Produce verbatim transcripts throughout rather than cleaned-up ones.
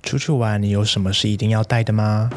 出去玩你有什么是一定要带的吗？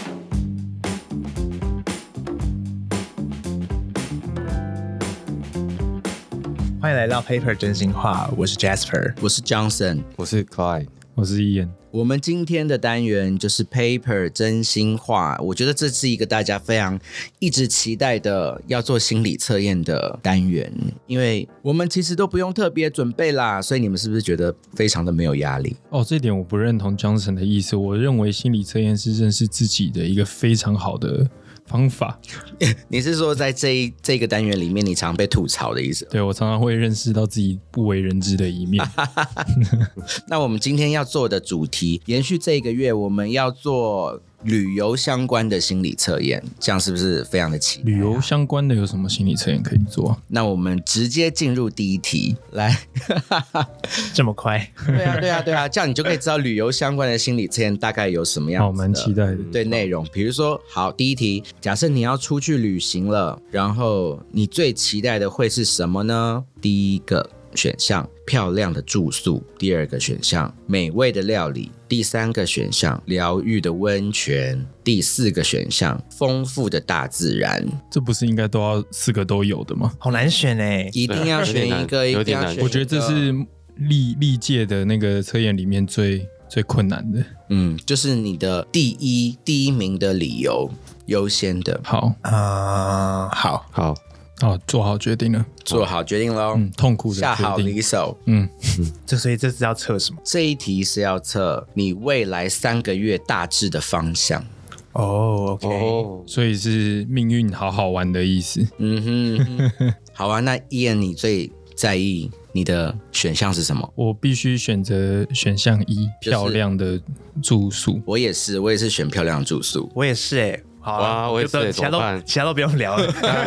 欢迎来到 Paper 真心话，我是 Jasper， 我是 Johnson， 我是 Clyde， 我是 Ian。 我们今天的单元就是 Paper 真心话，我觉得这是一个大家非常一直期待的要做心理测验的单元，因为我们其实都不用特别准备啦，所以你们是不是觉得非常的没有压力？ 哦，这点我不认同 Johnson 的意思，我认为心理测验是认识自己的一个非常好的方法。 你是说在这一这个单元里面你常被吐槽的意思？ 对，我常常会认识到自己不为人知的一面。 那我们今天要做的主题延续这个月我们要做旅游相关的心理测验，这样是不是非常的期待、啊、 旅游相关的有什么心理测验可以做？ 那我们直接进入第一题来。 这么快？ 对啊对啊对啊，这样你就可以知道旅游相关的心理测验大概有什么样子的， 好，蛮期待的。 对内容，比如说，好，第一题，假设你要出去旅行了，然后你最期待的会是什么呢？第一个选项漂亮的住宿，第二个选项美味的料理，第三个选项疗愈的温泉，第四个选项丰富的大自然。 这不是应该都要四个都有的吗？ 好难选哎， 一定要选一个， 有点难， 一定要选一个。 我觉得这是历历届的那个测验里面最最困难的。 嗯，就是你的第一第一名的理由优先的。 好啊、呃，好好。 哦，做好决定了， 做好决定咯、 嗯，痛苦的决定， 下好离手。 嗯， 这所以这是要测什么？ 这一题是要测你未来三个月大致的方向。 哦、oh, ，OK，、 哦， 所以是命运好好玩的意思。 嗯哼，嗯哼好啊。那 Ian 你最在意你的选项是什么？ 我必须选择选项一，就是、漂亮的住宿。 我也是，我也是选漂亮的住宿。 我也是哎、欸。好啊， 哇，我也是、欸， 其他都其他都不用聊了。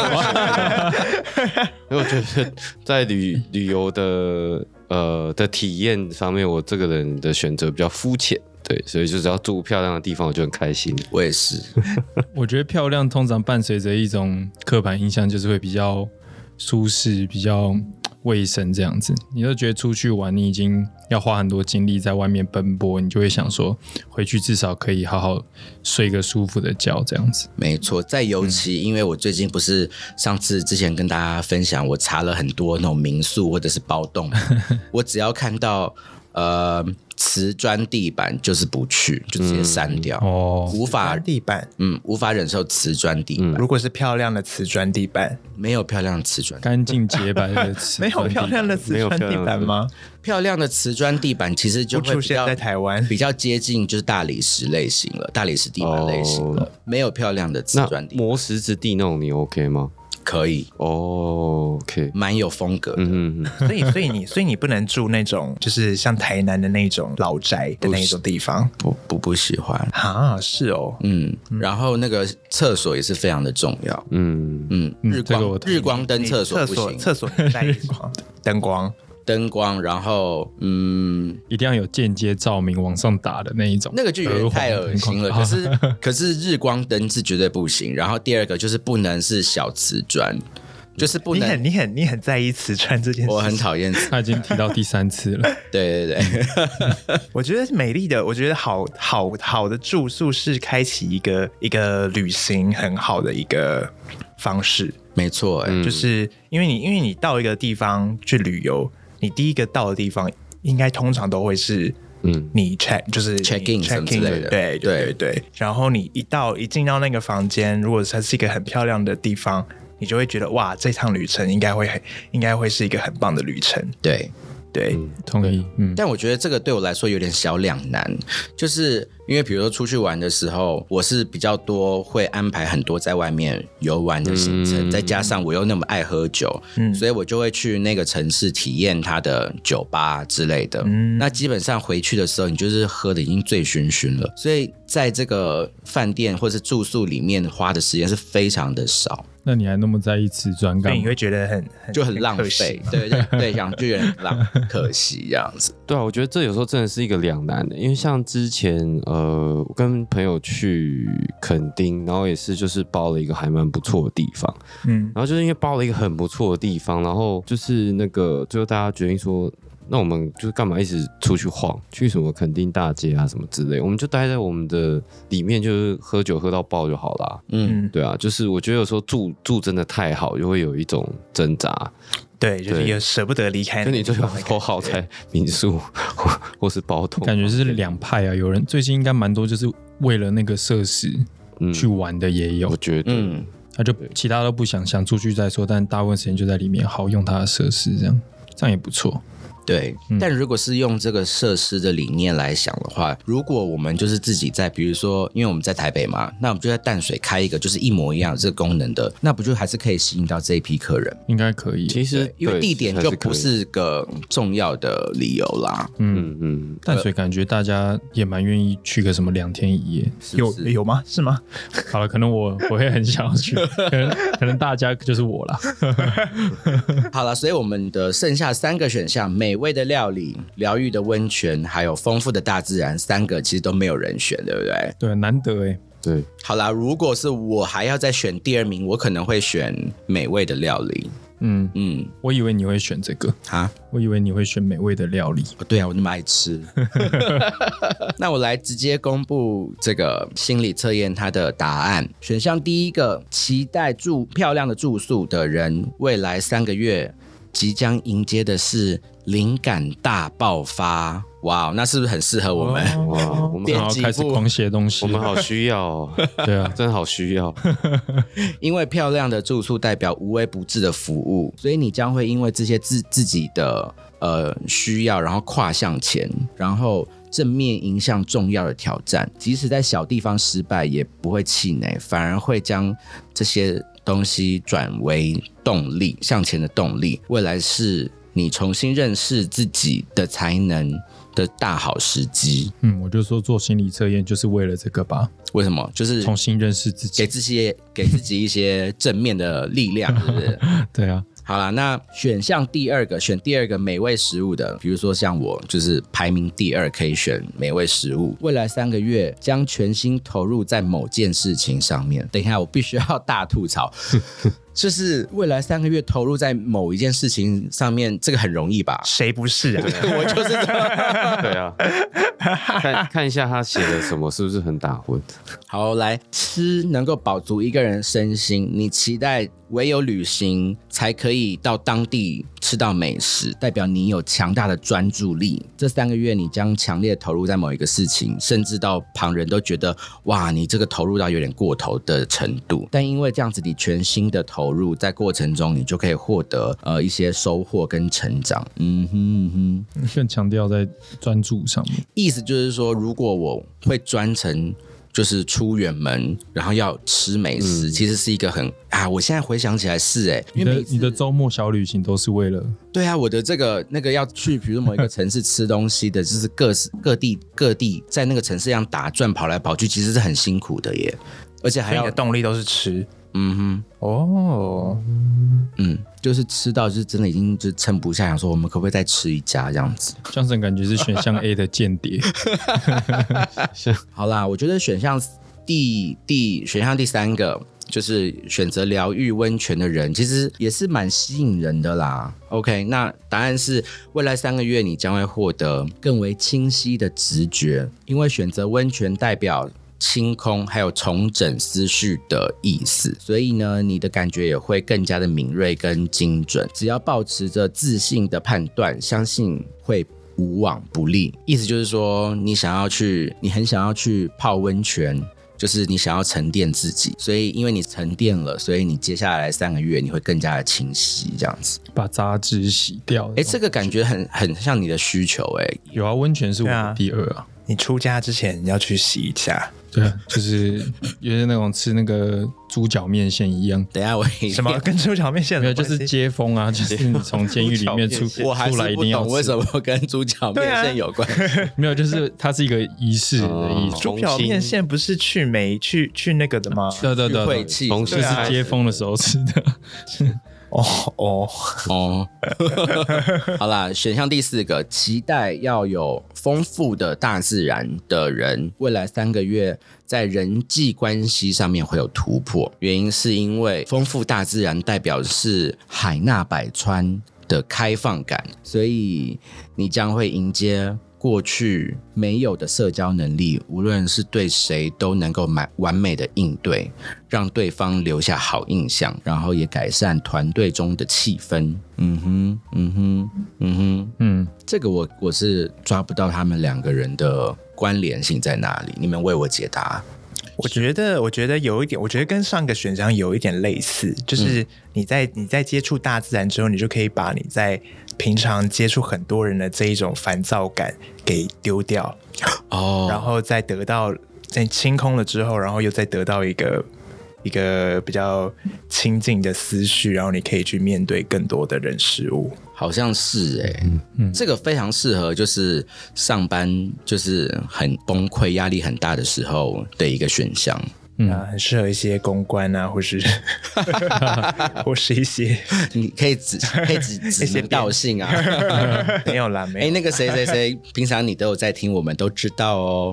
因为我觉得在旅旅游的呃的体验上面，我这个人的选择比较肤浅，对，所以就只要住漂亮的地方，我就很开心。 我也是， 我觉得漂亮通常伴随着一种刻板印象，就是会比较舒适，比较卫生这样子。你都觉得出去玩，你已经要花很多精力在外面奔波，你就会想说，回去至少可以好好睡个舒服的觉这样子。 没错，在尤其、嗯、因为我最近不是上次之前跟大家分享，我查了很多那种民宿或者是包栋，我只要看到呃瓷砖地板就是不去，就直接删掉、嗯、哦，无法地板， 嗯，无法忍受瓷砖地板、嗯。 如果是漂亮的瓷砖地板， 没有漂亮的瓷砖， 干净洁白的瓷砖， 没有漂亮的瓷砖地板吗？ 漂亮的瓷砖地板其实就会出现在台湾， 比较接近就是大理石类型了，大理石地板类型了，哦、没有漂亮的瓷砖地板。 磨石子地那种你 OK 吗？ 可以哦 ，OK， 蛮有风格的。 嗯嗯所以，所以你，所以你不能住那种就是像台南的那种老宅的那种地方， 不不不喜欢啊，是哦， 嗯，然后那个厕所也是非常的重要，嗯嗯，日光、嗯、日光灯厕所不行， 厕所带灯光。 灯光，然后嗯， 一定要有间接照明往上打的那一种， 那个就有点太恶心了。可是可是日光灯是绝对不行。然后第二个就是不能是小瓷砖，就是不能。 你很你很你很在意瓷砖这件事， 我很讨厌。 他已经提到第三次了。 对对对， 我觉得美丽的，我觉得好好好的住宿是开启一个一个旅行很好的一个方式。 没错、欸， 就是因为你因为你到一个地方去旅游。你第一个到的地方，应该通常都会是，嗯，你 check 就是 check in 什么之类的， 对对对对。然后你一到一进到那个房间，如果它是一个很漂亮的地方，你就会觉得哇，这趟旅程应该会很应该会是一个很棒的旅程。 对对、 嗯，同意。嗯， 但我觉得这个对我来说有点小两难，就是因为比如说出去玩的时候，我是比较多会安排很多在外面游玩的行程，嗯、再加上我又那么爱喝酒、嗯，所以我就会去那个城市体验它的酒吧之类的。嗯、那基本上回去的时候，你就是喝的已经醉醺醺了，所以在这个饭店或是住宿里面花的时间是非常的少。 那你还那么在意瓷砖干嘛？ 所以你会觉得很, 很就很浪费，对对对，想就有点浪可惜这样子。 对啊，我觉得这有时候真的是一个两难的，因为像之前呃，我跟朋友去垦丁，然后也是就是包了一个还蛮不错的地方，嗯，然后就是因为包了一个很不错的地方，然后就是那个最后大家决定说。 那我们就是干嘛一直出去晃，去什么垦丁大街啊什么之类，我们就待在我们的里面，就是喝酒喝到爆就好啦。嗯，对啊，就是我觉得有时候住住真的太好，就会有一种挣扎。 对，就是也舍不得离开。 就你最好都好在民宿或或是包栋， 感觉是两派啊。有人最近应该蛮多，就是为了那个设施去玩的也有。 我觉得，嗯， 他就其他都不想，想出去再说，但大部分时间就在里面，好用他的设施，这样这样也不错。 对，嗯、但如果是用这个设施的理念来想的话，如果我们就是自己在，比如说，因为我们在台北嘛，那我们就在淡水开一个就是一模一样这个功能的，那不就还是可以吸引到这一批客人？ 应该可以， 其实因为地点就不是个重要的理由啦。 嗯嗯，淡水感觉大家也蛮愿意去个什么两天一夜， 是不是有有吗？是吗？ 好了，可能我我会很想要去，可能可能大家就是我啦。 好了，所以我们的剩下三个选项，美味的料理、疗愈的温泉，还有丰富的大自然，三个其实都没有人选，对不对？ 对，难得哎。 对， 好啦，如果是我还要再选第二名，我可能会选美味的料理。 嗯嗯，我以为你会选这个啊， 我以为你会选美味的料理。 哦、对啊，我那么爱吃。那我来直接公布这个心理测验它的答案。选项第一个，期待住漂亮的住宿的人，未来三个月即将迎接的是灵感大爆发。哇，那是不是很适合我们？ 哦、哇，我们好开始狂写东西， 我们好需要哦。 对啊， 真的好需要。 因为漂亮的住宿代表无微不至的服务，所以你将会因为这些自自己的呃需要，然后跨向前，然后正面迎向重要的挑战。即使在小地方失败，也不会气馁，反而会将这些东西转为动力，向前的动力。未来是你重新认识自己的才能的大好时机。 嗯，我就说做心理测验就是为了这个吧。 为什么？就是重新认识自己， 给自己给自己一些正面的力量，是不是？ 对啊。 好啦，那选项第二个，选第二个美味食物的，比如说像我，就是排名第二，可以选美味食物。未来三个月将全心投入在某件事情上面。等一下，我必须要大吐槽。就是未来三个月投入在某一件事情上面，这个很容易吧？ 谁不是啊？ 我就是这样。 对啊，看看一下他写的什么，是不是很打混？ 好，来，吃能够饱足一个人身心，你期待唯有旅行才可以到当地吃到美食，代表你有强大的专注力。这三个月你将强烈投入在某一个事情，甚至到旁人都觉得哇，你这个投入到有点过头的程度。但因为这样子，你全心的投入，在过程中你就可以获得呃一些收获跟成长。嗯哼嗯哼，更强调在专注上面。 意思就是说，如果我会专程就是出远门，然后要吃美食，嗯、其实是一个很啊，我现在回想起来是哎、欸， 因为你的周末小旅行都是为了对啊，我的这个那个要去，比如某一个城市吃东西的，就是各各地各地在那个城市一样打转跑来跑去，其实是很辛苦的耶，而且还要你的动力都是吃。 嗯哼， 哦， 嗯，就是吃到就是真的已经就撑不下，想说我们可不可以再吃一家这样子？ 江神感觉是选项 A 的间谍。 好啦，我觉得选项第第选项第三个就是选择疗愈温泉的人，其实也是蛮吸引人的啦。OK， 那答案是未来三个月你将会获得更为清晰的直觉，因为选择温泉代表清空还有重整思绪的意思，所以呢，你的感觉也会更加的敏锐跟精准。只要保持着自信的判断，相信会无往不利。意思就是说，你想要去，你很想要去泡温泉，就是你想要沉淀自己，所以因为你沉淀了，所以你接下来三个月你会更加的清晰，这样子把杂质洗掉。 哎、欸，这个感觉很很像你的需求哎、欸。 有啊，温泉是我的第二啊。 你出家之前你要去洗一下。 对啊，就是有些那种吃那个猪脚面线一样。 等一下我什么跟猪脚面线？ 没有，就是接风啊，就是你从监狱里面出我还是出来一定要吃。 为什么跟猪脚面线有关？ 啊、没有，就是它是一个仪式的意思。 猪脚面线不是去霉去去那个的吗？ 对对对， 晦气， 就是接风的时候吃的。 哦哦哦，好啦，选项第四个，期待要有丰富的大自然的人，未来三个月在人际关系上面会有突破。原因是因为丰富大自然代表是海纳百川、 的开放感，所以你将会迎接过去没有的社交能力，无论是对谁都能够完美的应对，让对方留下好印象，然后也改善团队中的气氛。嗯哼，嗯哼，嗯哼，嗯，这个我我是抓不到他们两个人的关联性在哪里，你们为我解答。 我觉得，我觉得有一点，我觉得跟上个选项有一点类似，就是你在、嗯、你在接触大自然之后，你就可以把你在平常接触很多人的这一种烦躁感给丢掉，哦，然后再得到在清空了之后，然后又再得到一个一个比较清静的思绪，然后你可以去面对更多的人事物。 好像是哎、欸嗯嗯，这个非常适合就是上班就是很崩溃、压力很大的时候的一个选项。 嗯、啊，很适合一些公关啊，或是或是一些， 你可以指可以指指名道姓啊， 没有啦，没有。哎、 欸，那个谁谁谁，平常你都有在听，我们都知道哦。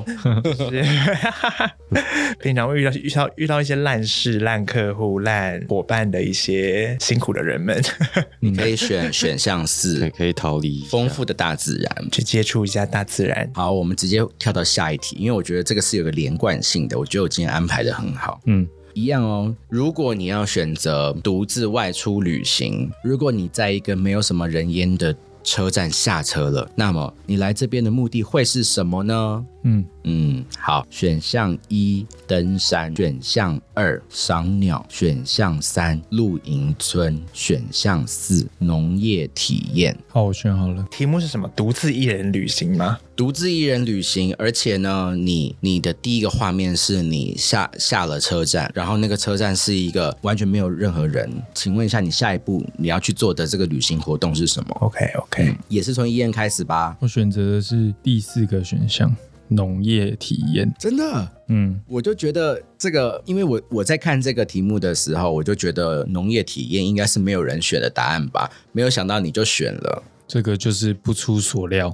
平常会遇到遇到遇到一些烂事、烂客户、烂伙伴的一些辛苦的人们， 你可以选选项四， 可以逃离丰富的大自然， 去接触一下大自然。 好，我们直接跳到下一题，因为我觉得这个是有个连贯性的，我觉得我今天安排的很好。嗯，一样哦。如果你要选择独自外出旅行，如果你在一个没有什么人烟的车站下车了，那么你来这边的目的会是什么呢？嗯嗯，好，选项一登山，选项二赏鸟，选项三露营村，选项四农业体验。 好，我选好了。 题目是什么？独自一人旅行吗？ 独自一人旅行，而且呢，你你的第一个画面是你下下了车站，然后那个车站是一个完全没有任何人。请问一下，你下一步你要去做的这个旅行活动是什么 ？OK OK，、嗯、 也是从医院开始吧。 我选择的是第四个选项。农业体验。 真的，嗯，我就觉得这个，因为我我在看这个题目的时候，我就觉得农业体验应该是没有人选的答案吧，没有想到你就选了。 这个就是不出所料。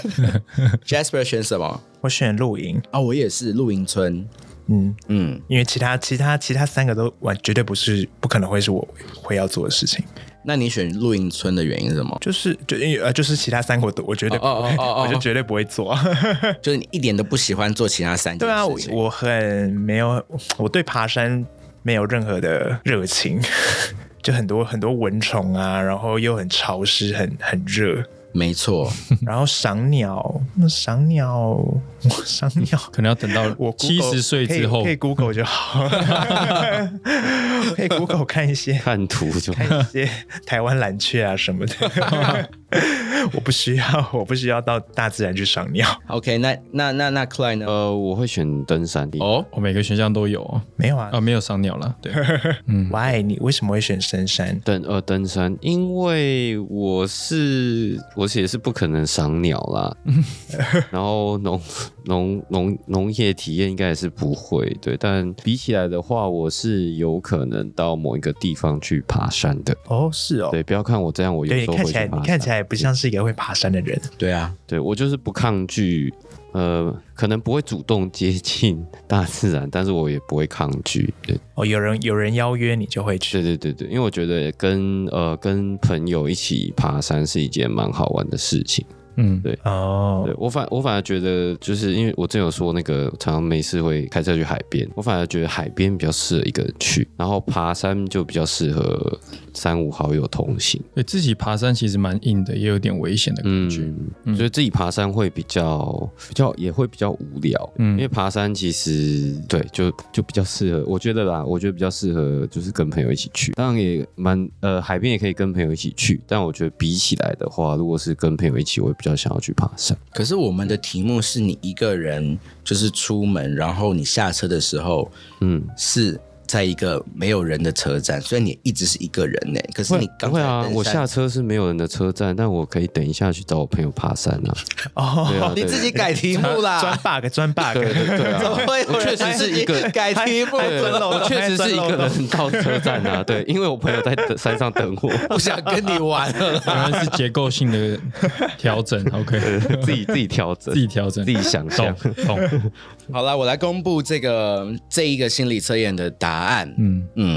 Jasper 选什么？ 我选露营啊、哦，我也是露营村。 嗯嗯，因为其他其他其他三个都完绝对不是不可能会是我会要做的事情。 那你选露营村的原因是什么？ 就是就呃就是其他三个我都我绝对不会， oh, oh, oh, oh. 我就绝对不会做。 就是你一点都不喜欢做其他三件事情。 对啊，我, 我很没有，我对爬山没有任何的热情，就很多很多蚊虫啊，然后又很潮湿，很很热。 没错， 然后赏鸟，赏鸟，赏鸟， 可能要等到我七十岁之后， 可以 Google 就好，可以 Google 看一些看图就看一些台湾蓝雀啊什么的。我不需要，我不需要到大自然去赏鸟。 OK， 那那那那 Clyde 呢？ 呃，我会选登山。 哦，我每个选项都有哦。 没有啊， 啊，没有赏鸟了。对， 嗯 ，Why？ 你为什么会选深山？ 登呃登山，因为我是我也是不可能赏鸟啦。然后农农农农业体验应该也是不会，对。但比起来的话，我是有可能到某一个地方去爬山的。 哦，是哦。 对，不要看我这样，我有时候会去爬山。 对，你看起来你看起来不像是一个会爬山的人。 对啊， 对我就是不抗拒，呃，可能不会主动接近大自然，但是我也不会抗拒。对， 哦，有人有人邀约你就会去。 对对对对，因为我觉得跟呃跟朋友一起爬山是一件蛮好玩的事情。嗯，对哦，对我反我反而觉得，就是因为我之前有说那个常常没事会开车去海边，我反而觉得海边比较适合一个人去，然后爬山就比较适合三五好友同行。 对，自己爬山其实蛮硬的，也有点危险的感觉。 嗯，所以自己爬山会比较比较也会比较无聊。嗯，因为爬山其实对就就比较适合，我觉得啦，我觉得比较适合就是跟朋友一起去。当然也蛮呃海边也可以跟朋友一起去，但我觉得比起来的话，如果是跟朋友一起，我会比较想要去爬山。 可是我们的题目是你一个人就是出门，然后你下车的时候，嗯，是在一个没有人的车站，所以你一直是一个人呢。可是你刚才会啊，我下车是没有人的车站，但我可以等一下去找我朋友爬山啊。 哦，对啊，你自己改题目啦， 钻 bug 钻 bug， 对对对啊， 怎么会我确实是一个改题目， 我确实是一个人到车站啊，对，因为我朋友在山上等我， 不想跟你玩了。 原来是结构性的调整 ，OK， 自己自己调整， 自己调整， 自己想象。 好了，我来公布这个这一个心理测验的答案。嗯嗯，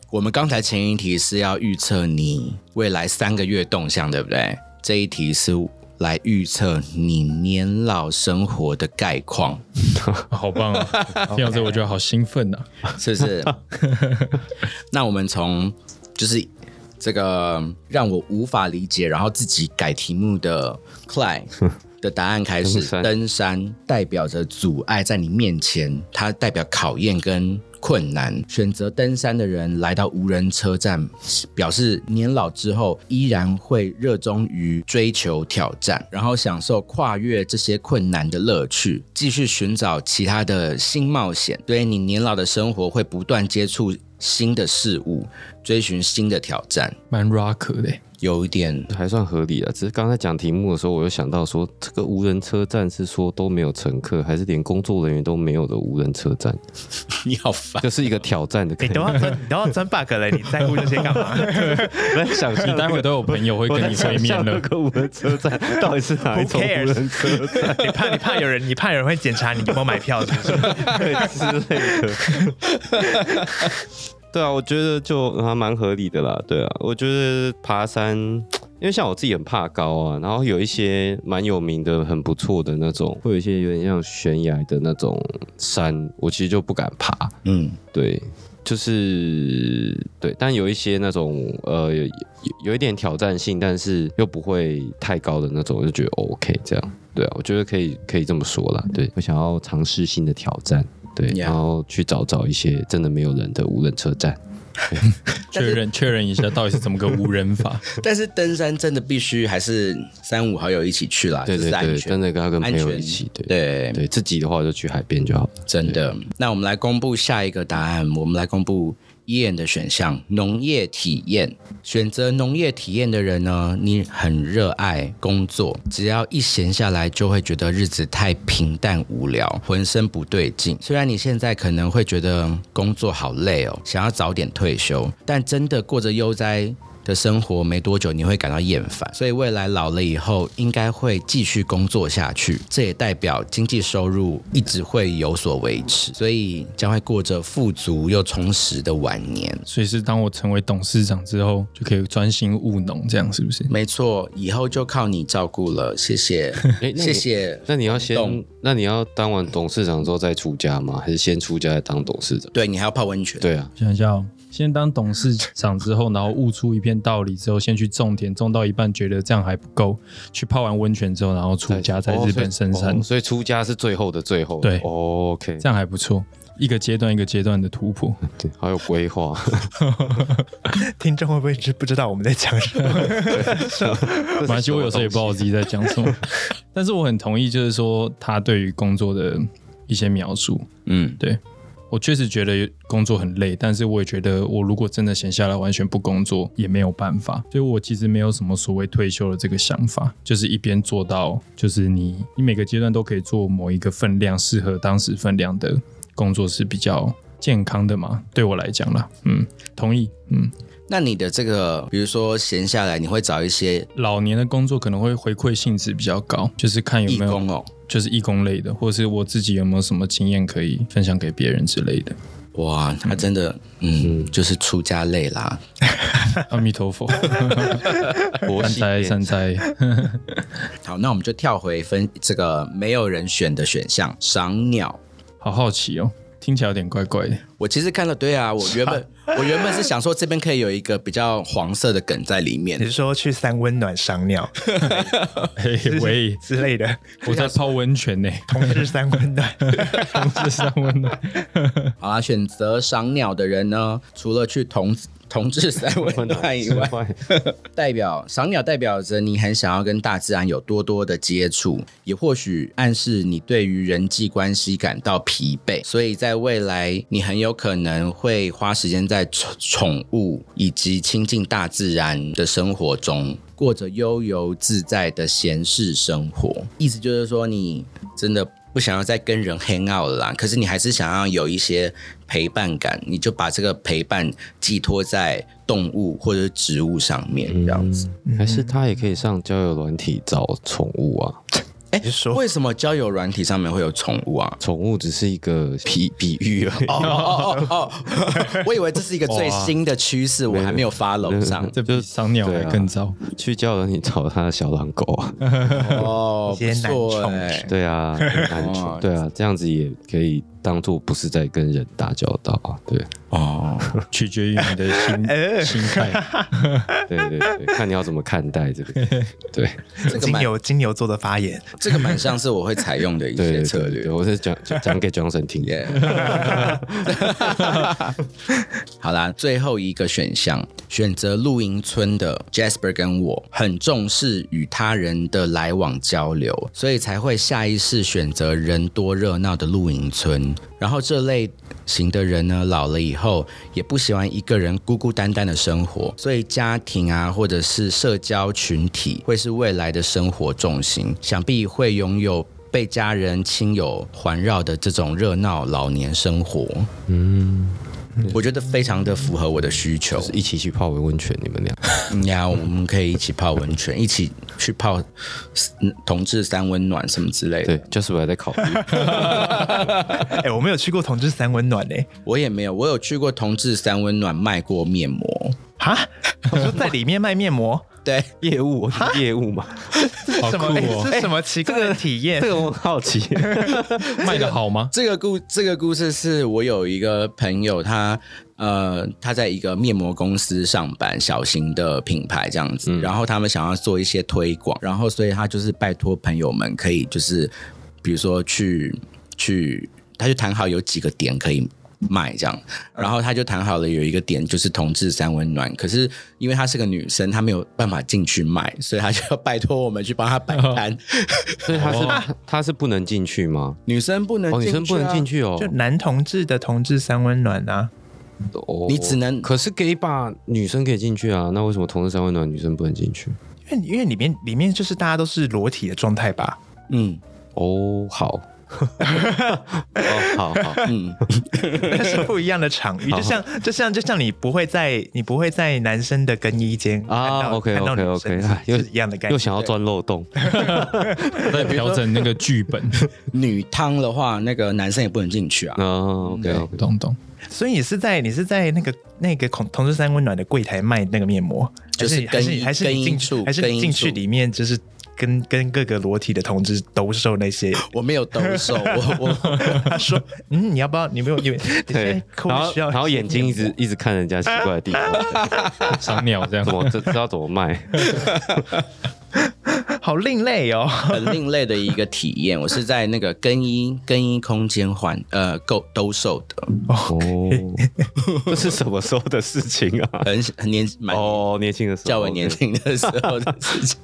我们刚才前一题是要预测你未来三个月动向，对不对？这一题是来预测你年老生活的概况。 好棒啊！听到这我觉得好兴奋啊， 是不是？那我们从就是这个让我无法理解，然后自己改题目的 Clyde 的答案开始。登山, 登山代表着阻碍在你面前，它代表考验跟困难。选择登山的人来到无人车站，表示年老之后依然会热衷于追求挑战，然后享受跨越这些困难的乐趣，继续寻找其他的新冒险。对，你年老的生活会不断接触新的事物，追寻新的挑战。 蛮 rock 的， 有一点还算合理了。只是刚才讲题目的时候，我又想到说，这个无人车站是说都没有乘客，还是连工作人员都没有的无人车站？ 你好烦， 就是一个挑战的概念。 你都要钻，你都要钻 bug 了，你在乎这些干嘛？ 我在想象， 你待会都有朋友会跟你会面了。 那个无人车站到底是哪一种无人车站？ 你怕你怕有人，你怕有人会检查你有没有买票，是不是？ 之类的。对啊，我觉得就还蛮合理的啦。对啊，我觉得爬山，因为像我自己很怕高啊，然后有一些蛮有名的、很不错的那种，会有一些有点像悬崖的那种山，我其实就不敢爬。嗯，对，就是对，但有一些那种呃有有一点挑战性，但是又不会太高的那种，我就觉得 OK 这样。对啊，我觉得可以可以这么说啦。对，我想要尝试新的挑战。对， yeah. 然后去找找一些真的没有人的无人车站， 确认确认一下到底是怎么个无人法。 但是登山真的必须还是三五好友一起去啦， 对对对，真的跟他跟朋友一起，对对对, 对，自己的话就去海边就好了。 真的。那我们来公布下一个答案，我们来公布Ian的选项，农业体验。选择农业体验的人呢，你很热爱工作，只要一闲下来就会觉得日子太平淡无聊，浑身不对劲。虽然你现在可能会觉得工作好累哦，想要早点退休，但真的过着悠哉的生活没多久你会感到厌烦，所以未来老了以后应该会继续工作下去，这也代表经济收入一直会有所维持，所以将会过着富足又充实的晚年。 所以是当我成为董事长之后就可以专心务农，这样是不是？ 没错，以后就靠你照顾了，谢谢谢谢。 那你要先那你要当完董事长之后再出家吗？还是先出家再当董事长？ 对，你还要泡温泉。 对啊， 想一下哦，先当董事长之后，然后悟出一片道理之后，先去种田，种到一半觉得这样还不够，去泡完温泉之后，然后出家在日本深山。 哦，所以出家是最后的最后。 对， 哦，OK， 这样还不错，一个阶段一个阶段的突破。 对，好有规划。 听众会不会不知道我们在讲什么？ 反正其实我有时候也不知道我自己在讲什么，但是我很同意，就是说他对于工作的一些描述。嗯，对。我确实觉得工作很累，但是我也觉得我如果真的闲下来完全不工作也没有办法，所以我其实没有什么所谓退休的这个想法，就是一边做到就是你你每个阶段都可以做某一个分量适合当时分量的工作是比较健康的嘛，对我来讲啦。嗯，同意。嗯， 那你的这个比如说闲下来你会找一些老年的工作，可能会回馈性质比较高，就是看有没有义工哦， 就是义工类的，或者是我自己有没有什么经验可以分享给别人之类的。 哇，他真的 嗯, 嗯就是出家类啦。 阿弥陀佛。善哉善哉。 好，那我们就跳回分这个没有人选的选项，赏鸟。 好好奇哦，听起来有点怪怪的。 我其实看了，对啊，我原本我原本是想说这边可以有一个比较黄色的梗在里面。 你是说去三温暖赏鸟？ 嘿喂之类的。 我在泡温泉呢。 同志三温暖。 同志三温暖。 好啦，选择赏鸟的人呢，除了去同同志三温暖以外，代表赏鸟代表着你很想要跟大自然有多多的接触，也或许暗示你对于人际关系感到疲惫，所以在未来你很有可能会花时间在宠物以及亲近大自然的生活中，过着悠游自在的闲适生活。意思就是说你真的不想要再跟人 hang out 了啦，可是你还是想要有一些陪伴感，你就把这个陪伴寄托在动物或者植物上面，这样子。 嗯，还是他也可以上交友软体找宠物啊。 哎，为什么交友软体上面会有宠物啊？ 宠物只是一个比比喻而已。 哦哦哦哦，我以为这是一个最新的趋势，我还没有 follow 上。 这比赏鸟还更糟。 去交友软体找他的小狼狗啊。 哦， 一些男宠， 对啊，男宠，对啊，这样子也可以当做不是在跟人打交道啊。对， 哦， 取决于你的心心态。 对对对，看你要怎么看待这个。对， 这个金牛金牛座的发言， 这个蛮像是我会采用的一些策略。 对对对，我是讲讲给 Johnson 听。 好啦，最后一个选项，选择露营村的 Jasper 跟我很重视与他人的来往交流，所以才会下意识选择人多热闹的露营村。然后这类型的人呢，老了以后也不喜欢一个人孤孤单单的生活，所以家庭啊，或者是社交群体会是未来的生活重心，想必会拥有被家人亲友环绕的这种热闹老年生活。嗯，我觉得非常的符合我的需求， 就是一起去泡温泉，你们俩。 嗯呀，我们可以一起泡温泉，一起去泡同志三温暖什么之类的。 对，就是我还在考虑。 哎、欸，我没有去过同志三温暖呢、欸， 我也没有，我有去过同志三温暖卖过面膜。 哈，我说在里面卖面膜。 对， 业务，业务嘛， 什么？ 哦欸、是什么奇怪的体验？ 这个我好奇， 卖的好吗？ 这个故这个故事是我有一个朋友，他呃他在一个面膜公司上班，小型的品牌这样子，嗯、然后他们想要做一些推广，然后所以他就是拜托朋友们可以就是比如说去去，他就谈好有几个点可以卖这样，然后他就谈好了有一个点就是同志三温暖，可是因为她是个女生，她没有办法进去卖，所以他就要拜托我们去帮她摆摊。 所以她是她是不能进去吗？ 女生不能进去、啊哦， 女生不能进去哦， 就男同志的同志三温暖啊。 哦， 你只能可是 gay bar 女生可以进去啊，那为什么同志三温暖女生不能进去？ 因为因为里面里面就是大家都是裸体的状态吧。 嗯， 哦，好。哦，好好，嗯， 那是不一样的场域，就像就像就像你不会在你不会在男生的更衣间啊 ，OK OK OK， 又是一样的概念， 又想要钻漏洞， 在调整那个剧本。 女汤的话，那个男生也不能进去啊。 哦 ，OK OK， 懂懂。 所以你是在你是在那个那个同志三温暖的柜台卖那个面膜， 就是还是还是你进去还是你进去里面就是。跟跟各个裸体的同志兜售那些， 我没有兜售，我我他说，嗯，你要不要？你没有，因为对，然后然后眼睛一直一直看人家奇怪的地方， 赏鸟这样， 怎么知知道怎么卖？ 好另类哦， 很另类的一个体验。我是在那个更衣更衣空间换呃购兜售的哦，这是什么时候的事情啊？ 很很年蛮哦年轻的时候， 较为年轻的时候的事情。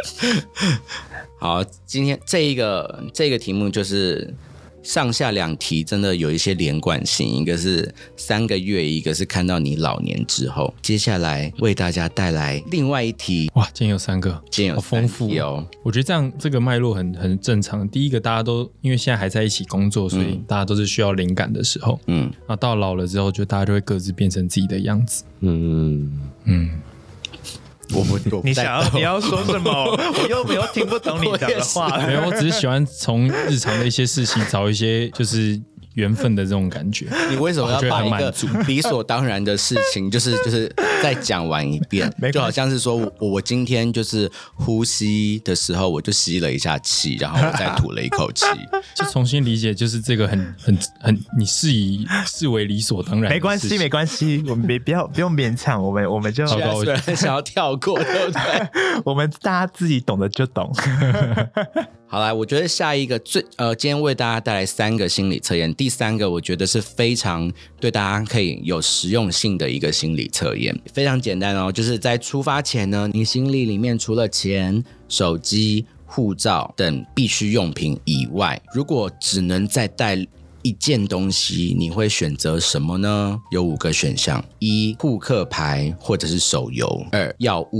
好，今天这一个这个题目就是上下两题真的有一些连贯性，一个是三个月，一个是看到你老年之后。接下来为大家带来另外一题。 哇，今天有三个， 今天有三题好丰富哦。 我觉得这样这个脉络很很正常。第一个，大家都因为现在还在一起工作，所以大家都是需要灵感的时候。嗯，然后到老了之后，就大家就会各自变成自己的样子。嗯嗯。 我不， 你想要你要说什么？我又没有听不懂你讲的话。 没有，我只是喜欢从日常的一些事情找一些就是缘分的这种感觉。 你为什么要把一个理所当然的事情，就是就是再讲完一遍？就好像是说我我今天就是呼吸的时候，我就吸了一下气，然后我再吐了一口气， 就重新理解，就是这个很很很你视以视为理所当然。 没关系，没关系，我们别不要不用勉强，我们我们就虽然想要跳过，对不对？ 我们大家自己懂的就懂。 好啦，我觉得下一个最呃，今天为大家带来三个心理测验。第三个我觉得是非常对大家可以有实用性的一个心理测验，非常简单哦，就是在出发前呢，你行李里面除了钱、手机、护照等必需用品以外，如果只能再带一件东西，你会选择什么呢？有五个选项：一、扑克牌或者是手游；二、药物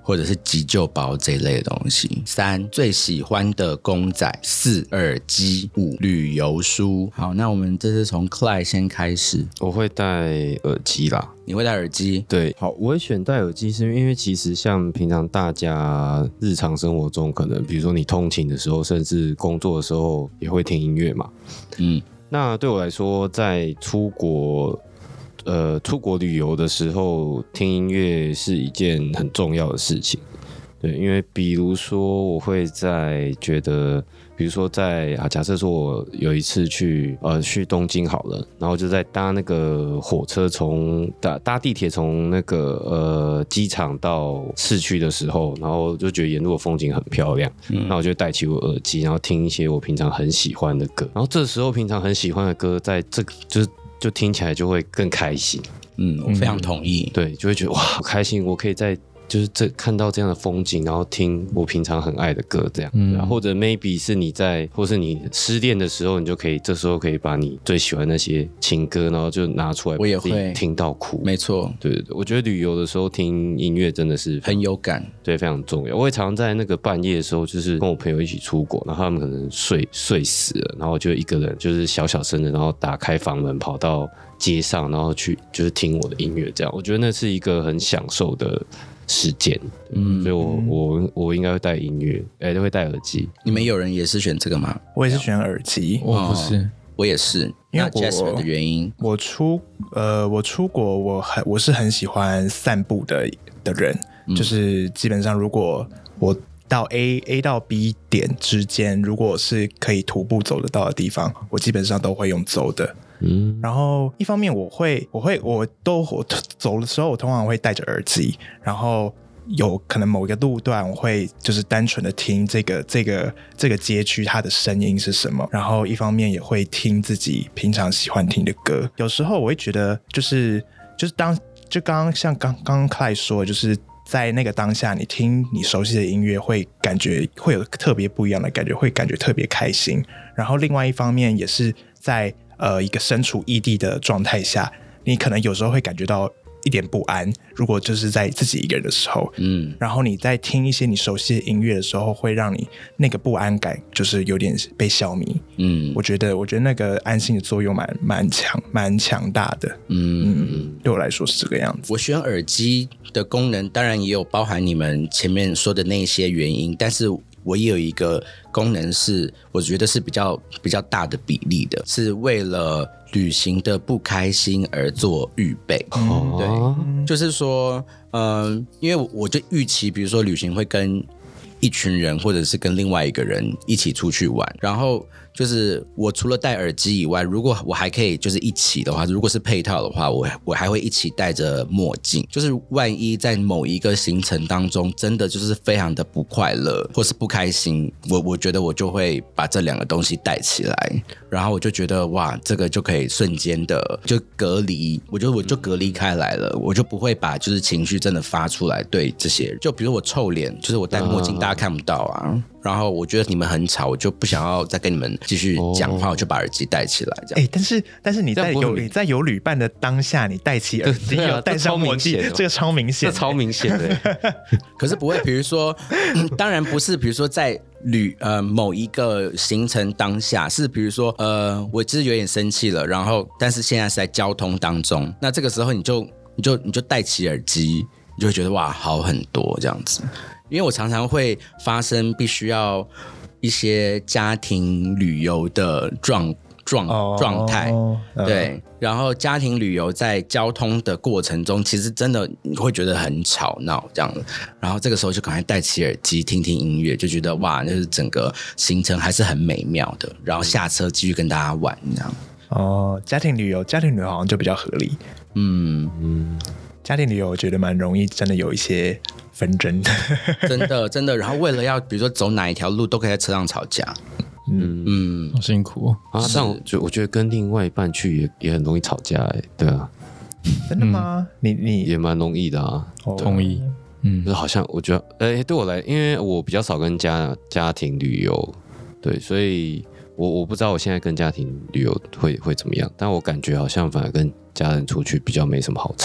或者是急救包这一类的东西。三最喜欢的公仔。四耳机。五旅游书。好，那我们这次从 Clyde 先开始。 我会戴耳机啦。 你会戴耳机？ 对，好，我会选戴耳机，是因为其实像平常大家日常生活中，可能比如说你通勤的时候，甚至工作的时候也会听音乐嘛。嗯，那对我来说，在出国。呃，出国旅游的时候听音乐是一件很重要的事情，对，因为比如说我会在觉得，比如说在啊，假设说我有一次去呃去东京好了，然后就在搭那个火车从搭搭地铁从那个呃机场到市区的时候，然后就觉得沿路的风景很漂亮，嗯、那我就戴起我耳机，然后听一些我平常很喜欢的歌，然后这时候平常很喜欢的歌，在这个就是。就听起来就会更开心， 嗯，我非常同意， 对，就会觉得哇，好开心，我可以在就是这看到这样的风景，然后听我平常很爱的歌，这样，嗯、或者 maybe 是你在，或是你失恋的时候，你就可以这时候可以把你最喜欢那些情歌，然后就拿出来， 我也会听到哭， 没错， 对对对，我觉得旅游的时候听音乐真的是很有感， 对，非常重要。我也常常在那个半夜的时候，就是跟我朋友一起出国，然后他们可能睡睡死了，然后就一个人就是小小声的，然后打开房门跑到街上，然后去就是听我的音乐，这样，我觉得那是一个很享受的时间，嗯，所以我我我应该会戴音乐，哎、欸，会戴耳机。 你们有人也是选这个吗？ 我也是选耳机， 我不是， 哦、我也是，因为 Jasper 的原因， 我出呃我出国，我很我是很喜欢散步的的人，嗯、就是基本上如果我到 A A 到 B 点之间，如果是可以徒步走得到的地方，我基本上都会用走的。嗯，然后一方面我会我会我都我走的时候，我通常会戴着耳机，然后有可能某一个路段，我会就是单纯的听这个这个这个街区它的声音是什么，然后一方面也会听自己平常喜欢听的歌。有时候我会觉得就是就是当就刚刚像刚刚 Clyde 说的，就是在那个当下，你听你熟悉的音乐，会感觉会有特别不一样的感觉，会感觉特别开心。然后另外一方面也是在呃一个身处异地的状态下，你可能有时候会感觉到一点不安，如果就是在自己一个人的时候，嗯，然后你在听一些你熟悉的音乐的时候，会让你那个不安感就是有点被消弭，嗯，我觉得我觉得那个安心的作用蛮蛮强蛮强大的，嗯嗯，对我来说是这个样子。 我选耳机的功能，当然也有包含你们前面说的那些原因，但是我也有一个功能是我觉得是比较比较大的比例的，是为了旅行的不开心而做预备。嗯、对，就是说，嗯、呃，因为我就预期，比如说旅行会跟一群人，或者是跟另外一个人一起出去玩，然后就是我除了戴耳机以外，如果我还可以就是一起的话，如果是配套的话，我我还会一起戴着墨镜，就是万一在某一个行程当中真的就是非常的不快乐或是不开心，我我觉得我就会把这两个东西带起来，然后我就觉得哇，这个就可以瞬间的就隔离，我就我就隔离开来了，我就不会把就是情绪真的发出来对这些人，就比如我臭脸，就是我戴墨镜大家看不到啊。然后我觉得你们很吵，我就不想要再跟你们继续讲话，我就把耳机戴起来这样。 哎，但是但是你在有你在有旅伴的当下，你戴起耳机，有戴上墨镜，这个超明显， 这超明显的。 可是不会，比如说，嗯、当然不是，比如说在旅呃某一个行程当下，是比如说呃，我就是有点生气了，然后但是现在是在交通当中，那这个时候你就你就你就戴起耳机，你就会觉得哇好很多这样子。因为我常常会发生必须要一些家庭旅游的状状状态，对，然后家庭旅游在交通的过程中，其实真的你会觉得很吵闹这样，然后这个时候就赶快戴起耳机听听音乐，就觉得哇，就是整个行程还是很美妙的，然后下车继续跟大家玩这样。 哦，家庭旅游，家庭旅游好像就比较合理，嗯嗯。家庭旅游我觉得蛮容易真的有一些纷争的真的真的，然后为了要比如说走哪一条路都可以在车上吵架， 嗯嗯，好辛苦哦啊！但我觉我觉得跟另外一半去也也很容易吵架哎，对啊， 真的吗？嗯、你你也蛮容易的啊， 哦、同意， 嗯，就是好像我觉得，哎，对我来，因为我比较少跟家家庭旅游，对，所以我我不知道我现在跟家庭旅游会会怎么样，但我感觉好像反而跟家人出去比较没什么好吵的。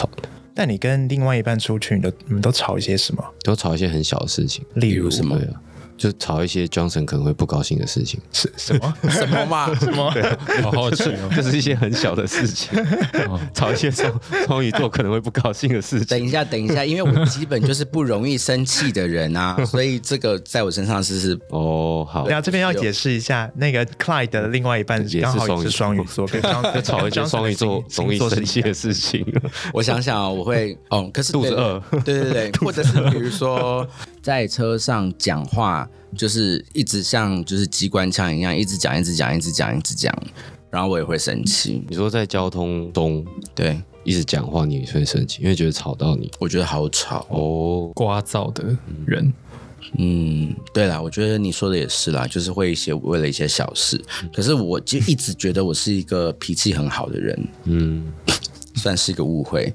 但你跟另外一半出去，你都你们都吵一些什么？ 都吵一些很小的事情， 例如什么？ 对啊，就吵一些 Johnson 可能会不高兴的事情。 是什么？ 什么嘛？ 什么？ 好好奇哦， 就是一些很小的事情，吵一些双双鱼座可能会不高兴的事情。 等一下，等一下，因为我基本就是不容易生气的人啊，所以这个在我身上是是哦，好。 然后这边要解释一下，那个 Clyde 的另外一半刚好也是双鱼座，跟刚就吵一些双鱼座容易生气的事情。 我想想、哦，我会哦，可是肚子饿， 对对对，或者是比如说在车上讲话，就是一直像就是机关枪一样，一直讲，一直讲，一直讲，一直讲，然后我也会生气。 你说在交通中， 对， 一直讲话，你也会生气，因为觉得吵到你。 我觉得好吵哦， 聒噪的人。 嗯，对啦，我觉得你说的也是啦，就是会一些为了一些小事，可是我就一直觉得我是一个脾气很好的人， 嗯， 算是一个误会。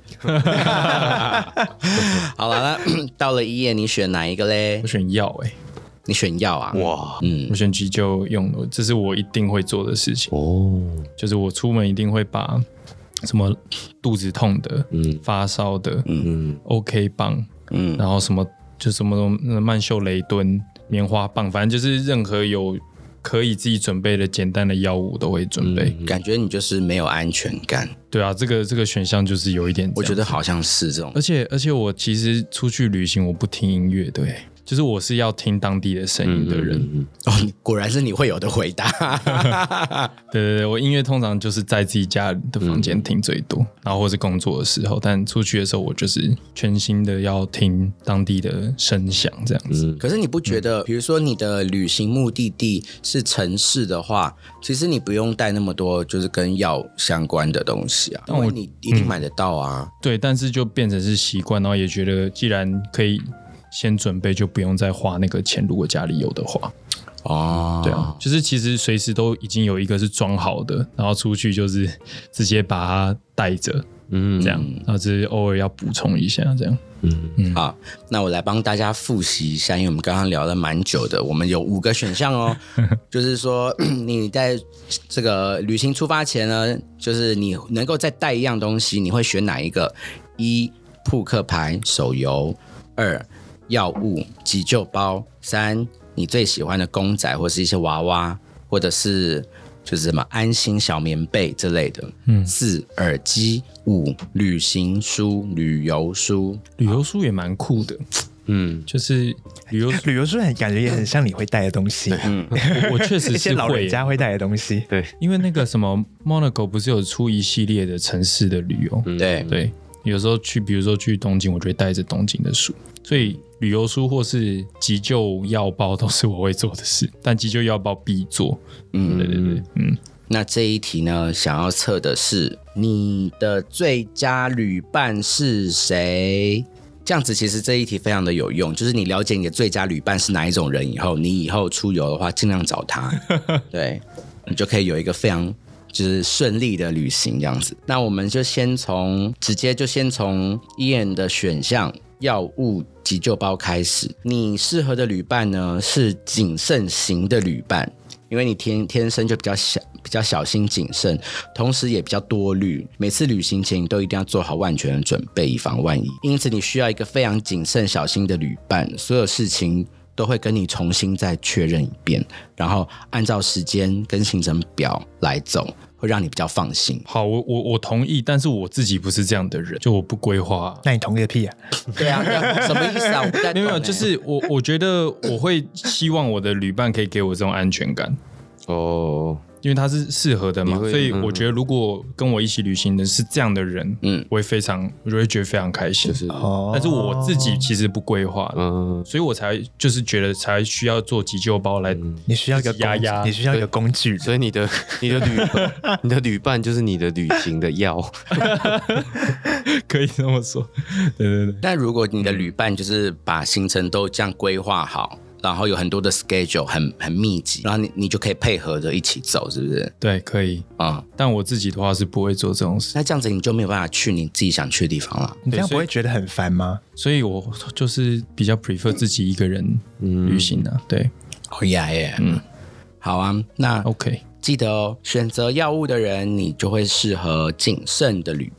好了，那到了一页，你选哪一个嘞我？选药哎、欸， 你选药啊？ 哇， 嗯我选急救用的，这是我一定会做的事情。 哦， 就是我出门一定会把什么肚子痛的、 嗯发烧的、 嗯 OK 棒， 嗯然后什么就什么曼秀雷敦、棉花棒，反正就是任何有可以自己准备的简单的药物都会准备。 感觉你就是没有安全感。 对啊，这个这个选项就是有一点这样， 我觉得好像是这种而且而且我其实出去旅行我不听音乐，对，就是我是要听当地的声音的人。 嗯嗯哦，果然是你会有的回答。 对对对，我音乐通常就是在自己家的房间听最多， 嗯、 然后或是工作的时候，但出去的时候我就是全心的要听当地的声响这样子。 嗯可是你不觉得，比如说你的旅行目的地是城市的话，其实你不用带那么多就是跟药相关的东西啊，因为你一定买得到啊。 对，但是就变成是习惯，然后也觉得既然可以先准备，就不用再花那个钱，如果家里有的话。 哦， 对啊，就是其实随时都已经有一个是装好的，然后出去就是直接把它带着， 嗯这样，然后只是偶尔要补充一下这样。 嗯好，那我来帮大家复习一下，因为我们刚刚聊了蛮久的，我们有五个选项哦，就是说你在这个旅行出发前呢，就是你能够再带一样东西，你会选哪一个？一、扑克牌手游；二、药物急救包；三、你最喜欢的公仔或是一些娃娃，或者是就是什么安心小棉被之类的。嗯，四耳机，五旅行书、旅游书。 旅游书也蛮酷的， 嗯， 就是旅游旅游书很感觉也很像你会带的东西， 嗯， 我我确实一些是老人会， 家会带的东西。 对， 因为那个什么 Monaco 不是有出一系列的城市的旅游， 对对，有时候去，比如说去东京，我就会带着东京的书，所以旅游书或是急救药包都是我会做的事，但急救药包必做。 嗯， 对对对，嗯。 那这一题呢，想要测的是你的最佳旅伴是谁？这样子其实这一题非常的有用，就是你了解你的最佳旅伴是哪一种人以后，你以后出游的话尽量找他，对，你就可以有一个非常就是顺利的旅行这样子。那我们就先从直接就先从 Ian 的选项药物急救包开始。你适合的旅伴呢是谨慎型的旅伴，因为你天天生就比较小。比较小心谨慎，同时也比较多虑。每次旅行前，你都一定要做好万全的准备，以防万一。因此，你需要一个非常谨慎、小心的旅伴，所有事情都会跟你重新再确认一遍，然后按照时间跟行程表来走，会让你比较放心。 好，我我我同意，但是我自己不是这样的人，就我不规划。 那你同意个屁啊！ 对啊，对啊什么意思啊？我不太懂欸没有没有，就是我我觉得我会希望我的旅伴可以给我这种安全感。 哦， 因为他是适合的嘛， 你会所以我觉得如果跟我一起旅行的是这样的人，嗯，我会非常，我就会觉得非常开心。 就是哦， 但是我自己其实不规划的， 嗯， 所以我才就是觉得才需要做急救包来。 你需要一个工压压你需要一个工具， 所以你的你的旅你的旅伴就是你的旅行的药， 可以这么说。对对对， 但如果你的旅伴就是把行程都这样规划好，然后有很多的 schedule 很很密集，然后你你就可以配合着一起走，是不是？ 对，可以。 啊、嗯， 但我自己的话是不会做这种事， 那这样子你就没有办法去你自己想去的地方了。 你这样不会觉得很烦吗？ 所以我就是比较 prefer 自己一个人旅行啊。对， 哦呀耶，嗯，好啊，那 OK， 记得哦，选择药物的人，你就会适合谨慎的旅伴。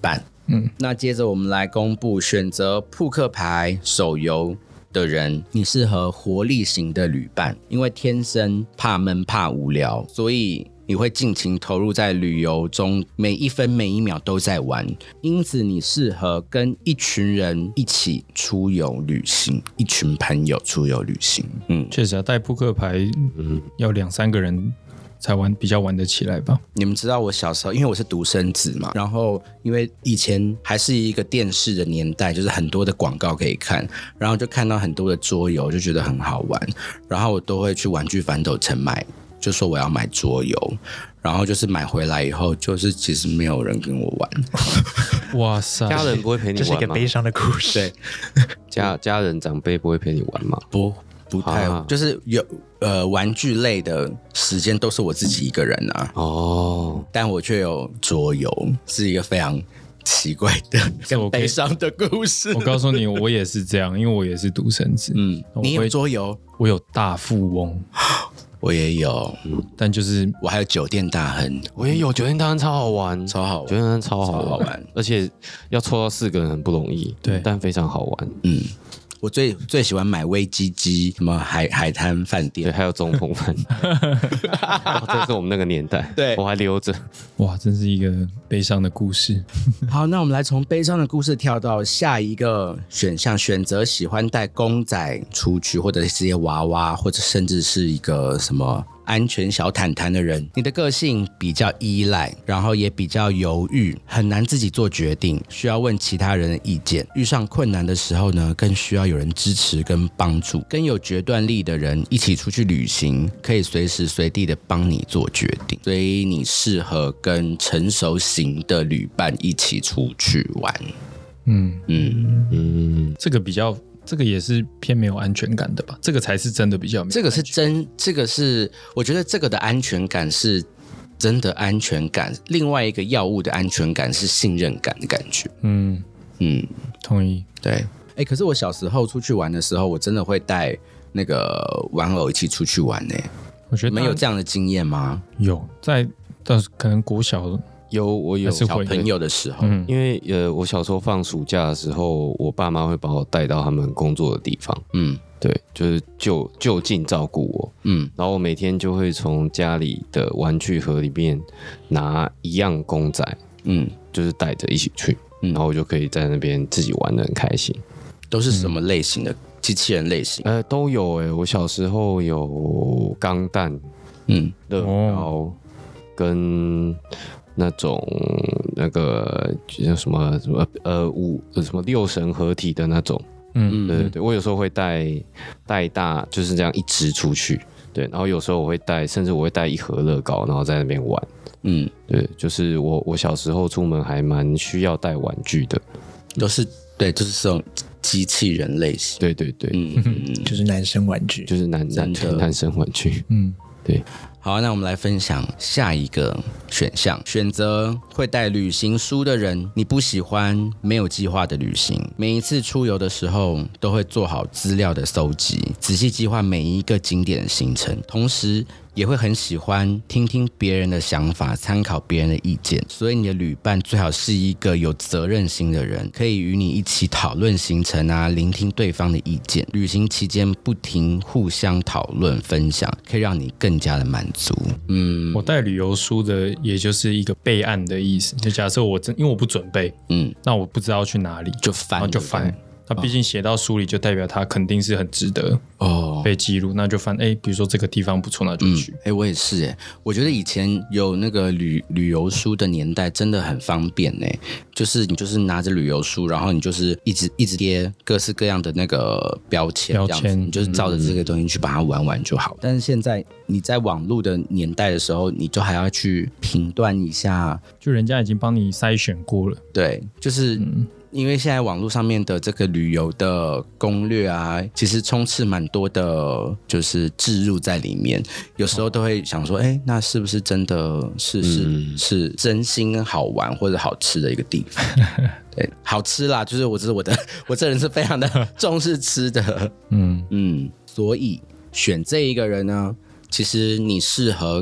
嗯，那接着我们来公布选择扑克牌手游的人，你适合活力型的旅伴，因为天生怕闷怕无聊，所以你会尽情投入在旅游中，每一分每一秒都在玩，因此你适合跟一群人一起出游旅行，一群朋友出游旅行。嗯， 确实啊，带扑克牌，嗯，要两三个人才玩比较玩得起来吧。 你们知道我小时候，因为我是独生子嘛，然后因为以前还是一个电视的年代，就是很多的广告可以看，然后就看到很多的桌游，就觉得很好玩，然后我都会去玩具反斗城买，就说我要买桌游，然后就是买回来以后，就是其实没有人跟我玩。 哇塞， 家人不会陪你玩吗？ 这是一个悲伤的故事。 对， 家家人长辈不会陪你玩吗？ 不。不太、啊、就是有呃玩具类的时间都是我自己一个人啊。哦，但我却有桌游，是一个非常奇怪的、更悲伤的故事。 我告诉你，我也是这样，因为我也是独生子。 嗯，你有桌游？ 我有大富翁。 我也有、嗯， 但就是我还有酒店大亨， 我也有酒店大亨，超好玩， 超好玩， 酒店大亨超好玩， 超好玩， 而且要凑到四个人很不容易， 对， 但非常好玩。 嗯。我最最喜欢买威基基，什么海海滩饭店， 对，还有中鹏饭店，哦、这是我们那个年代， 对， 我还留着。 哇，真是一个悲伤的故事。 好，那我们来从悲伤的故事跳到下一个选项，选择喜欢带公仔出去，或者是这些娃娃，或者甚至是一个什么安全小坦坦的人。你的个性比较依赖，然后也比较犹豫，很难自己做决定，需要问其他人的意见。遇上困难的时候呢，更需要有人支持跟帮助。跟有决断力的人一起出去旅行，可以随时随地的帮你做决定。所以你适合跟成熟型的旅伴一起出去玩。 嗯嗯嗯，这个比较。这个也是偏没有安全感的吧？这个才是真的比较没有。 这个是真，这个是我觉得这个的安全感是真的安全感。另外一个药物的安全感是信任感的感觉。 嗯嗯， 同意。 对，哎、欸，可是我小时候出去玩的时候，我真的会带那个玩偶一起出去玩呢、欸。 我觉得没有这样的经验吗？ 有，在但是可能国小。 有，我有小朋友的时候， 嗯、因为呃，我小时候放暑假的时候，我爸妈会把我带到他们工作的地方，嗯，对，就是就就近照顾我，嗯，然后我每天就会从家里的玩具盒里面拿一样公仔，嗯，就是带着一起去，嗯，然后我就可以在那边自己玩得很开心。 都是什么类型的、嗯、机器人类型？ 呃，都有哎、欸，我小时候有钢弹，嗯，乐高、哦、跟。那种那个叫什么什么呃五什么六神合体的那种，嗯，对对对，我有时候会带带大就是这样一直出去，对，然后有时候我会带，甚至我会带一盒乐高，然后在那边玩，嗯，对，就是我我小时候出门还蛮需要带玩具的， 都是对，就是这种机器人类型， 对对对， 嗯嗯，就是男生玩具， 就是男男男生玩具，嗯，对。 好，那我们来分享下一个选项，选择会带旅行书的人。你不喜欢没有计划的旅行，每一次出游的时候都会做好资料的搜集，仔细计划每一个景点的行程，同时也会很喜欢听听别人的想法，参考别人的意见。所以你的旅伴最好是一个有责任心的人，可以与你一起讨论行程啊，聆听对方的意见。旅行期间不停互相讨论分享，可以让你更加的满足。 嗯，我带旅游书的，也就是一个备案的意思。就假设我真因为我不准备，嗯，那我不知道去哪里， 就翻， 然后就翻。那毕竟写到书里，就代表它肯定是很值得哦被记录。那就翻，哎，比如说这个地方不错，那就去。 哎、嗯，我也是哎，我觉得以前有那个旅旅游书的年代真的很方便哎，就是你就是拿着旅游书，然后你就是一直一直贴各式各样的那个标签， 标签， 你就是照着这个东西去把它玩完就好。嗯、但是现在你在网络的年代的时候，你就还要去评断一下， 就人家已经帮你筛选过了。 对，就是。嗯因为现在网络上面的这个旅游的攻略啊，其实充斥蛮多的，就是置入在里面。有时候都会想说，哎、欸，那是不是真的是是、嗯、是真心好玩或者好吃的一个地方？对，好吃啦，就是我这是我的，我这人是非常的重视吃的。嗯嗯，所以选这一个人呢，其实你适合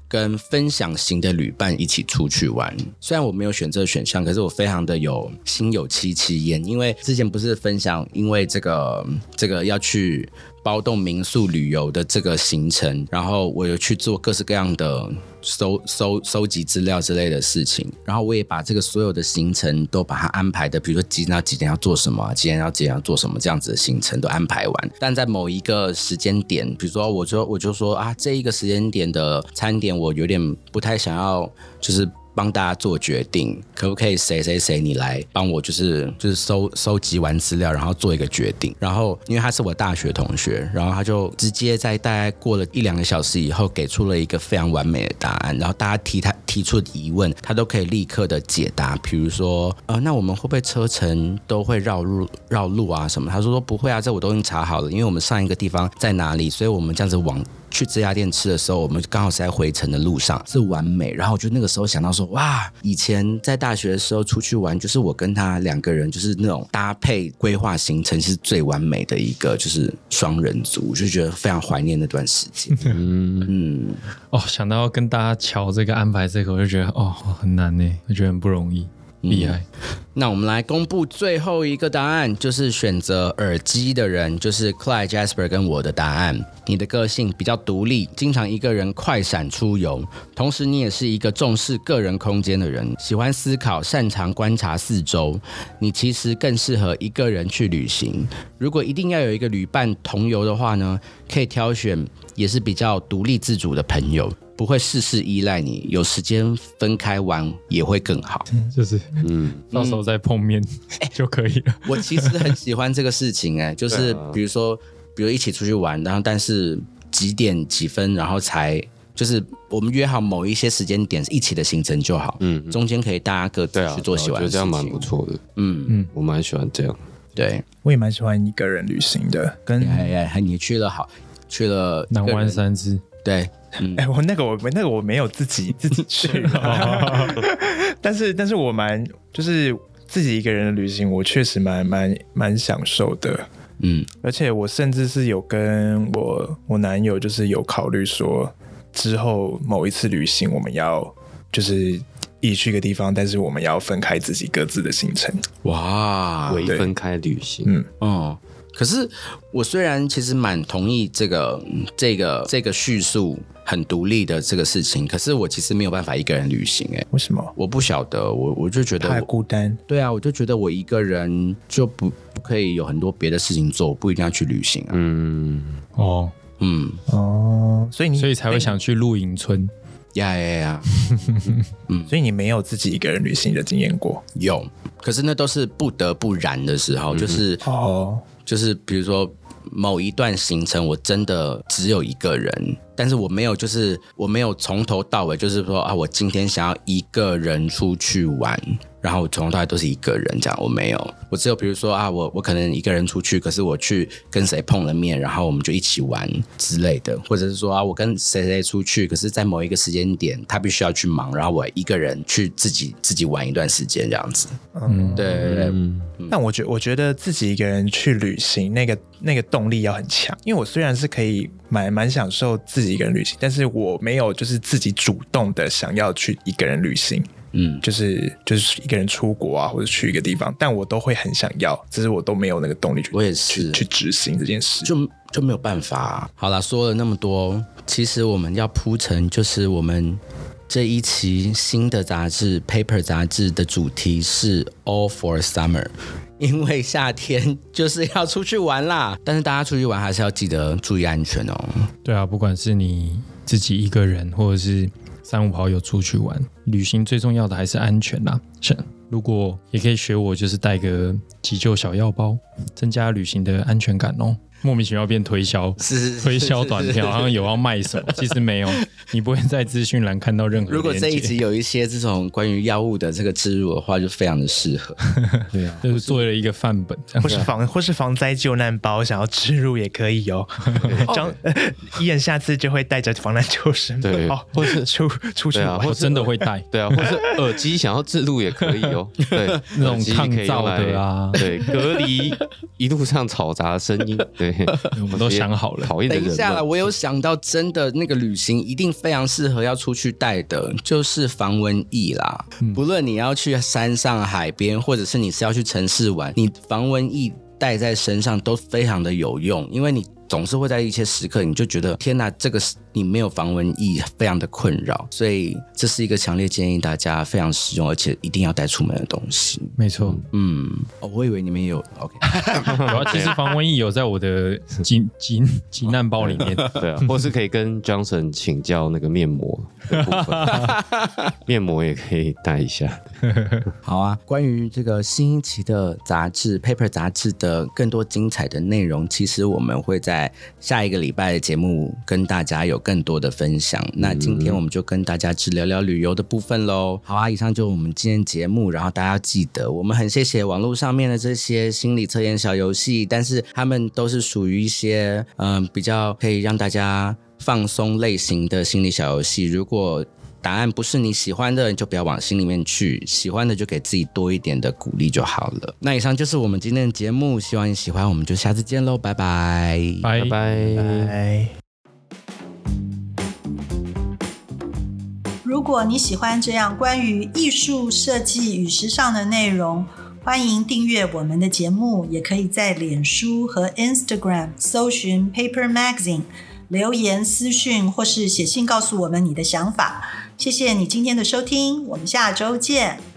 跟分享型的旅伴一起出去玩。虽然我没有选这个选项，可是我非常的有心有戚戚焉，因为之前不是分享，因为这个这个要去包栋民宿旅游的这个行程，然后我有去做各式各样的收收收集资料之类的事情，然后我也把这个所有的行程都把它安排的，比如说几点到几点要做什么，几点到几点要做什么，这样子的行程都安排完。但在某一个时间点，比如说我就我就说啊，这一个时间点的餐点我有点不太想要，就是帮大家做决定，可不可以谁谁谁你来帮我，就是就是收收集完资料，然后做一个决定。然后因为他是我大学同学，然后他就直接在大概过了一两个小时以后，给出了一个非常完美的答案。然后大家提他提出的疑问，他都可以立刻的解答。比如说，呃，那我们会不会车程都会绕路绕路啊什么？他说说不会啊，这我都已经查好了，因为我们上一个地方在哪里，所以我们这样子往去这家店吃的时候，我们刚好是在回程的路上，是完美。然后我就那个时候想到说，哇，以前在大学的时候出去玩，就是我跟他两个人，就是那种搭配规划行程是最完美的一个，就是双人组，我就觉得非常怀念那段时间。嗯嗯， 哦，想到要跟大家瞧这个安排这个，我就觉得哦很难呢，我觉得很不容易。厉害、 嗯！那我们来公布最后一个答案，就是选择耳机的人，就是 Clyde、Jasper 跟我的答案。你的个性比较独立，经常一个人快闪出游，同时你也是一个重视个人空间的人，喜欢思考，擅长观察四周。你其实更适合一个人去旅行。如果一定要有一个旅伴同游的话呢，可以挑选也是比较独立自主的朋友。不会事事依赖你，有时间分开玩也会更好。 就是嗯，到时候再碰面、嗯、就可以了。 我其实很喜欢这个事情哎、欸，就是比如说，比如一起出去玩，然后但是几点几分，然后才就是我们约好某一些时间点一起的行程就好。嗯，中间可以大家各自去做喜欢的事情，我觉得这样蛮不错的。嗯嗯，我蛮喜欢这样。 对， 我也蛮喜欢一个人旅行的。跟哎哎，你去了好，去了南湾三支。 对。 哎、嗯欸，我那个我那个我没有自己自己去，但是但是我蛮就是自己一个人的旅行，我确实蛮蛮蛮享受的，嗯，而且我甚至是有跟我我男友就是有考虑说，之后某一次旅行我们要就是一起去一个地方，但是我们要分开自己各自的行程， 哇， 微分开旅行， 嗯哦。可是我虽然其实蛮同意这个这个这个叙述很独立的这个事情，可是我其实没有办法一个人旅行哎、欸， 为什么？ 我不晓得，我我就觉得太孤单。 对啊，我就觉得我一个人就不不可以有很多别的事情做，我不一定要去旅行啊。嗯， 哦， 嗯， 哦，所以你所以才会想去露营村。 呀呀呀！ 嗯，所以你没有自己一个人旅行的经验过？ 有，可是那都是不得不然的时候，嗯、就是哦。就是比如说某一段行程我真的只有一个人，但是我没有就是我没有从头到尾就是说啊，我今天想要一个人出去玩，然后我从头到尾都是一个人这样，我没有，我只有比如说啊，我我可能一个人出去，可是我去跟谁碰了面，然后我们就一起玩之类的，或者是说啊，我跟谁谁出去，可是在某一个时间点他必须要去忙，然后我一个人去自己自己玩一段时间这样子。嗯，对对对。嗯、 但我觉我觉得自己一个人去旅行，那个那个动力要很强，因为我虽然是可以蛮蛮享受自己一个人旅行，但是我没有就是自己主动的想要去一个人旅行。嗯，就是就是一个人出国啊，或者去一个地方，但我都会很想要，只是我都没有那个动力去， 我也是去执行这件事， 就就没有办法、啊。好啦，说了那么多，其实我们要铺陈，就是我们这一期新的杂志《Paper》杂志的主题是 All for Summer， 因为夏天就是要出去玩啦。但是大家出去玩还是要记得注意安全哦。 对啊，不管是你自己一个人，或者是三五好友出去玩，旅行最重要的还是安全啦。如果也可以学我，就是带个急救小药包，增加旅行的安全感哦。莫名其妙变推销， 是推销短片，好像有要卖什么，其实没有，你不会在资讯栏看到任何。 如果这一集有一些这种关于药物的这个植入的话，就非常的适合。 对啊，就是做了一个范本， 或是防或是防灾救难包，想要植入也可以哦。张伊人下次就会带着防难救生包，或是出出去玩， 我真的会带。 对啊，或是耳机想要置入也可以哦。对， 那种抗噪的啊， 对，隔离一路上嘈杂的声音。对。 对， 我们都想好了。 讨厌的人等一下啦，我有想到真的那个旅行一定非常适合要出去带的，就是防蚊液啦。嗯、不论你要去山上海边，或者是你是要去城市玩，你防蚊液带在身上都非常的有用，因为你总是会在一些时刻你就觉得天哪，这个你没有防蚊液非常的困扰，所以这是一个强烈建议大家非常实用而且一定要带出门的东西。 没错。 嗯、哦、我以为你们也有 OK 有啊，其实防蚊液有在我的急急急难包里面。 对啊，或是可以跟 Johnson 请教那个面膜的部分面膜也可以带一下。 好啊，关于这个新一期的杂志 Paper 杂志的更多精彩的内容，其实我们会在下一个礼拜的节目跟大家有更多的分享。那今天我们就跟大家只聊聊旅游的部分咯。好啊，以上就是我们今天节目，然后大家要记得我们很谢谢网络上面的这些心理测验小游戏，但是他们都是属于一些嗯、呃、比较可以让大家放松类型的心理小游戏。如果答案不是你喜欢的，你就不要往心里面去，喜欢的就给自己多一点的鼓励就好了。那以上就是我们今天的节目，希望你喜欢，我们就下次见咯，拜拜拜拜拜。 如果你喜欢这样关于艺术设计与时尚的内容，欢迎订阅我们的节目，也可以在脸书和 Instagram 搜寻 Paper Magazine，留言私讯或是写信告诉我们你的想法。谢谢你今天的收听，我们下周见。